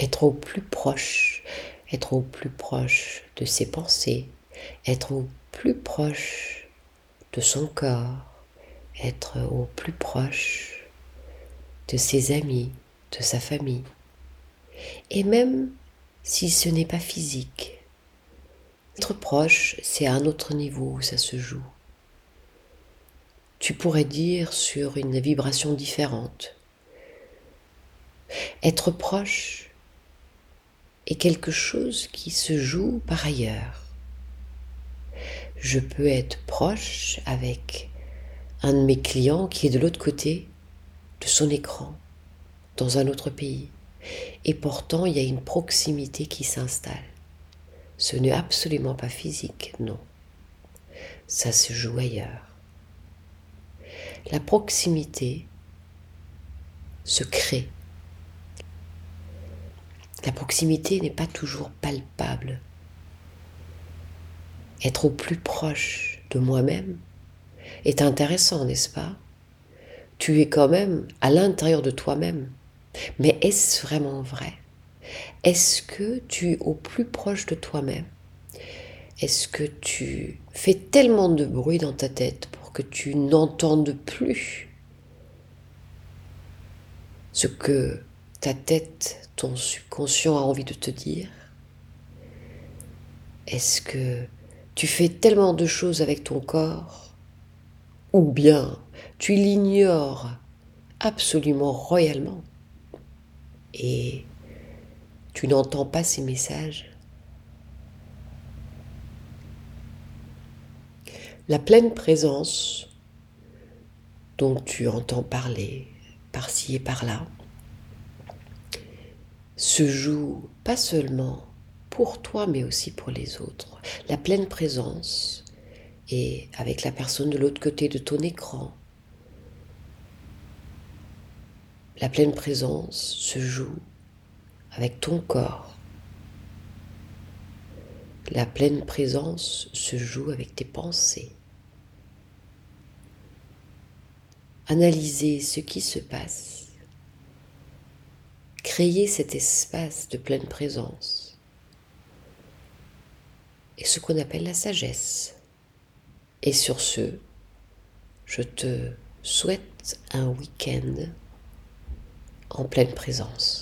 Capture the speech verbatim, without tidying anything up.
être au plus proche, être au plus proche de ses pensées, être au plus proche de son corps, être au plus proche de ses amis, de sa famille. Et même si ce n'est pas physique, être proche, c'est à un autre niveau où ça se joue. Tu pourrais dire sur une vibration différente. Être proche est quelque chose qui se joue par ailleurs. Je peux être proche avec un de mes clients qui est de l'autre côté de son écran, dans un autre pays. Et pourtant, il y a une proximité qui s'installe. Ce n'est absolument pas physique, non. Ça se joue ailleurs. La proximité se crée. La proximité n'est pas toujours palpable. Être au plus proche de moi-même est intéressant, n'est-ce pas? Tu es quand même à l'intérieur de toi-même. Mais est-ce vraiment vrai? Est-ce que tu es au plus proche de toi-même? Est-ce que tu fais tellement de bruit dans ta tête pour que tu n'entendes plus ce que ta tête, ton subconscient a envie de te dire? Est-ce que tu fais tellement de choses avec ton corps? Ou bien tu l'ignores absolument royalement et tu n'entends pas ces messages? La pleine présence dont tu entends parler par-ci et par-là se joue pas seulement pour toi mais aussi pour les autres. La pleine présence est avec la personne de l'autre côté de ton écran. La pleine présence se joue avec ton corps. La pleine présence se joue avec tes pensées. Analysez ce qui se passe. Créer cet espace de pleine présence est ce qu'on appelle la sagesse. Et sur ce, je te souhaite un week-end en pleine présence.